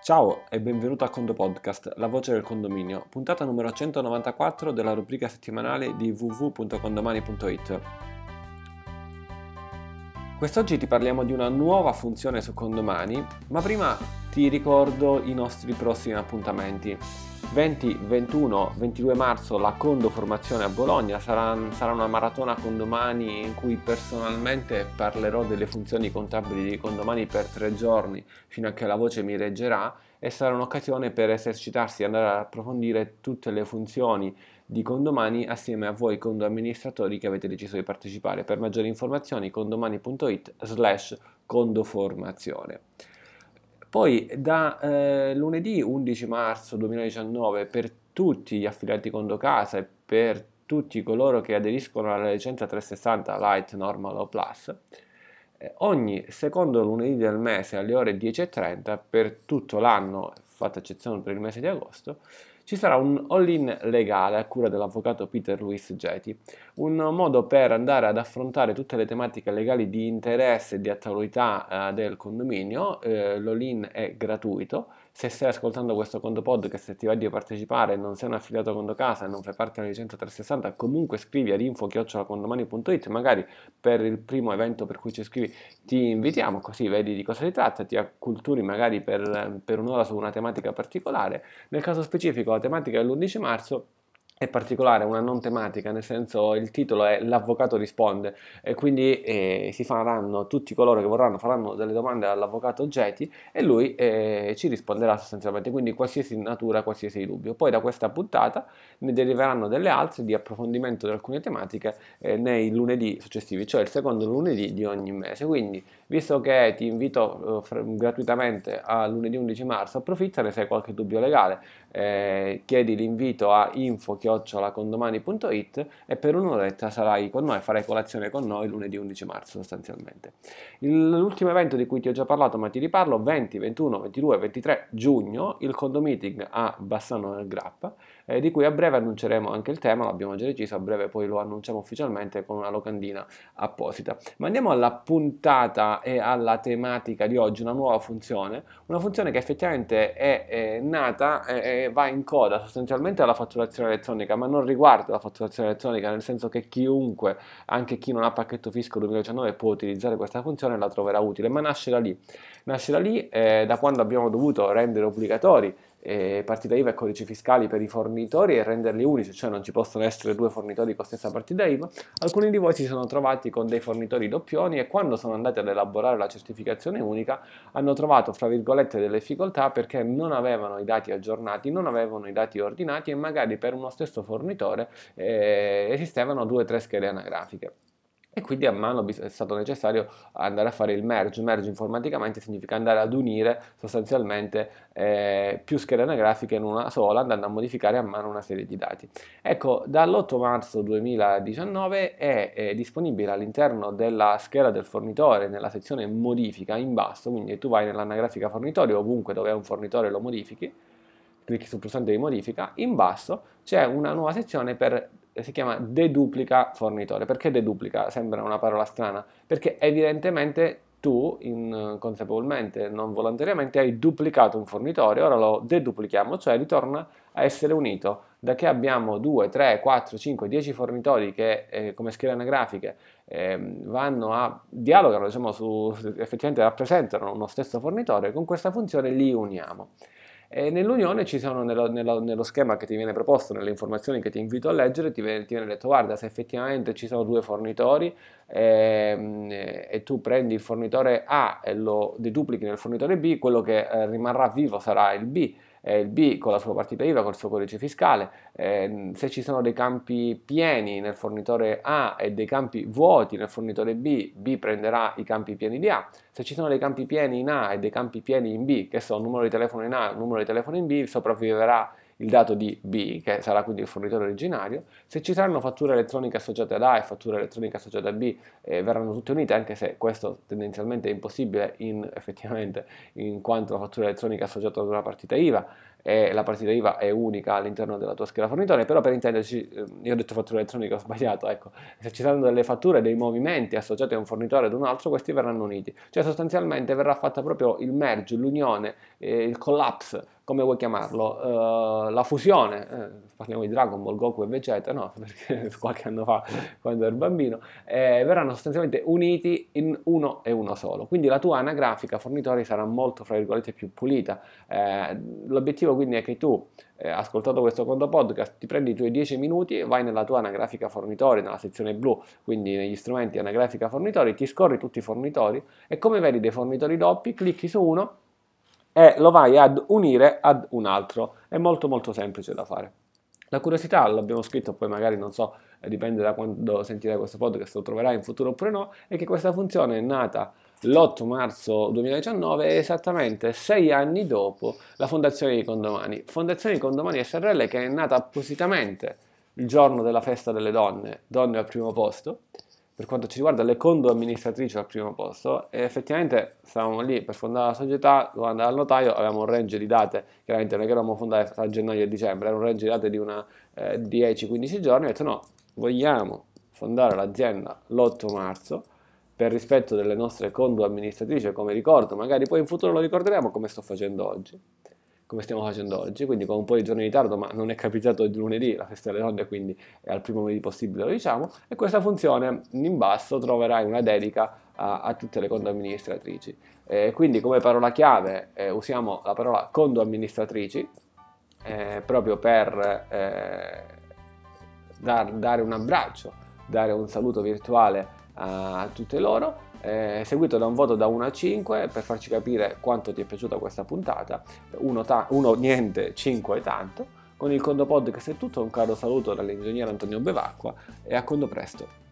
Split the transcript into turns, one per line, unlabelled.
Ciao e benvenuto a Condo Podcast, la voce del condominio, puntata numero 194 della rubrica settimanale di www.condomani.it. Quest'oggi ti parliamo di una nuova funzione su Condomani, ma prima ti ricordo i nostri prossimi appuntamenti. 20, 21, 22 marzo la Condo Formazione a Bologna, sarà una maratona Condomani in cui personalmente parlerò delle funzioni contabili di Condomani per 3 giorni fino a che la voce mi reggerà, e sarà un'occasione per esercitarsi e andare ad approfondire tutte le funzioni di Condomani assieme a voi condo amministratori che avete deciso di partecipare. Per maggiori informazioni condomani.it/condoformazione. Poi da lunedì 11 marzo 2019 per tutti gli affiliati Condo Casa e per tutti coloro che aderiscono alla licenza 360 Lite, Normal o Plus, ogni secondo lunedì del mese alle ore 10:30 per tutto l'anno, fatta eccezione per il mese di agosto, ci sarà un all-in legale a cura dell'avvocato Peter Luis Geti, un modo per andare ad affrontare tutte le tematiche legali di interesse e di attualità del condominio. L'all-in è gratuito. Se stai ascoltando questo Condo Podcast e ti va di partecipare e non sei un affiliato Condo Casa e non fai parte della licenza 360, comunque scrivi ad info@condomani.it, magari per il primo evento per cui ci scrivi ti invitiamo, così vedi di cosa si tratta, ti acculturi magari per un'ora su una tematica particolare. Nel caso specifico la tematica dell'11 marzo è particolare, una non tematica, nel senso il titolo è L'avvocato risponde, e quindi si faranno, tutti coloro che vorranno faranno delle domande all'avvocato Geti e lui ci risponderà sostanzialmente, quindi qualsiasi natura, qualsiasi dubbio. Poi da questa puntata ne deriveranno delle altre di approfondimento di alcune tematiche nei lunedì successivi, cioè il secondo lunedì di ogni mese. Quindi, visto che ti invito gratuitamente a lunedì 11 marzo, approfittane se hai qualche dubbio legale. Chiedi l'invito a info@condomani.it e per un'oretta sarai con noi, farai colazione con noi lunedì 11 marzo sostanzialmente. L'ultimo evento di cui ti ho già parlato, ma ti riparlo: 20, 21, 22, 23 giugno, il Condo Meeting a Bassano del Grappa, di cui a breve annunceremo anche il tema, l'abbiamo già deciso, a breve poi lo annunciamo ufficialmente con una locandina apposita. Ma andiamo alla puntata e alla tematica di oggi, una nuova funzione, una funzione che effettivamente è nata e va in coda sostanzialmente alla fatturazione elettronica, ma non riguarda la fatturazione elettronica, nel senso che chiunque, anche chi non ha pacchetto fisco 2019, può utilizzare questa funzione e la troverà utile, ma nasce da lì. Nasce da lì da quando abbiamo dovuto rendere obbligatori partita IVA e codici fiscali per i fornitori e renderli unici, cioè non ci possono essere due fornitori con stessa partita IVA. Alcuni di voi si sono trovati con dei fornitori doppioni e quando sono andati ad elaborare la certificazione unica hanno trovato, fra virgolette, delle difficoltà perché non avevano i dati aggiornati, non avevano i dati ordinati e magari per uno stesso fornitore esistevano 2 o 3 schede anagrafiche. E quindi a mano è stato necessario andare a fare il merge. Merge informaticamente significa andare ad unire sostanzialmente più schede anagrafiche in una sola, andando a modificare a mano una serie di dati. Ecco, dall'8 marzo 2019 è disponibile all'interno della scheda del fornitore, nella sezione modifica in basso, quindi tu vai nell'anagrafica fornitori, ovunque dove è un fornitore lo modifichi, clicchi sul pulsante di modifica, in basso c'è una nuova sezione si chiama deduplica fornitore. Perché deduplica? Sembra una parola strana, perché evidentemente tu, inconsapevolmente, non volontariamente, hai duplicato un fornitore, ora lo deduplichiamo, cioè ritorna a essere unito. Da che abbiamo 2, 3, 4, 5, 10 fornitori che come schede anagrafiche dialogano, diciamo, effettivamente rappresentano uno stesso fornitore, con questa funzione li uniamo. E nell'unione ci sono, nello schema che ti viene proposto, nelle informazioni che ti invito a leggere, ti viene detto: guarda, se effettivamente ci sono 2 fornitori e tu prendi il fornitore A e lo deduplichi nel fornitore B, quello che rimarrà vivo sarà il B con la sua partita IVA, col suo codice fiscale. Se ci sono dei campi pieni nel fornitore A e dei campi vuoti nel fornitore B, B prenderà i campi pieni di A. Se ci sono dei campi pieni in A e dei campi pieni in B, che sono un numero di telefono in A e un numero di telefono in B, sopravviverà il dato di B, che sarà quindi il fornitore originario. Se ci saranno fatture elettroniche associate ad A e fatture elettroniche associate a B, verranno tutte unite, anche se questo tendenzialmente è impossibile effettivamente, in quanto la fattura elettronica è associata ad una partita IVA, e la partita IVA è unica all'interno della tua scheda fornitore. Però, per intenderci, io ho detto fattura elettronica, ho sbagliato, ecco, se ci saranno delle fatture, dei movimenti associati a un fornitore ad un altro, questi verranno uniti, cioè sostanzialmente verrà fatta proprio il merge, l'unione, il collapse, come vuoi chiamarlo, la fusione, parliamo di Dragon Ball, Goku e Vegeta, no, perché qualche anno fa, quando ero bambino, verranno sostanzialmente uniti in uno e uno solo. Quindi la tua anagrafica fornitori sarà molto, fra virgolette, più pulita. L'obiettivo quindi è che tu, ascoltato questo conto podcast, ti prendi i tuoi 10 minuti, vai nella tua anagrafica fornitori, nella sezione blu, quindi negli strumenti anagrafica fornitori, ti scorri tutti i fornitori e come vedi dei fornitori doppi, clicchi su uno e lo vai ad unire ad un altro. È molto molto semplice da fare. La curiosità, l'abbiamo scritto, poi magari non so, dipende da quando sentirai questo podcast, lo troverai in futuro oppure no, è che questa funzione è nata l'8 marzo 2019, esattamente 6 anni dopo la Fondazione di Condomani. Fondazione di Condomani SRL, che è nata appositamente il giorno della festa delle donne, donne al primo posto. Per quanto ci riguarda, le condo amministratrici al primo posto, e effettivamente stavamo lì per fondare la società, dovevamo andare al notaio, avevamo un range di date, chiaramente non è che dovevamo fondare tra gennaio e dicembre, era un range di date di una 10-15 giorni, ho detto no, vogliamo fondare l'azienda l'8 marzo, per rispetto delle nostre condo amministratrici, come ricordo, magari poi in futuro lo ricorderemo come sto facendo oggi, come stiamo facendo oggi, quindi con un po' di giorni di ritardo, ma non è capitato il lunedì, la festa delle donne, quindi è al primo lunedì possibile, lo diciamo, e questa funzione in basso troverai una dedica a tutte le condo amministratrici. Quindi come parola chiave usiamo la parola condo amministratrici, proprio per dare un abbraccio, dare un saluto virtuale a tutte loro, seguito da un voto da 1 a 5 per farci capire quanto ti è piaciuta questa puntata. 1 niente, 5 tanto. Con il Condo Podcast è tutto, un caro saluto dall'ingegnere Antonio Bevacqua e a Condo presto.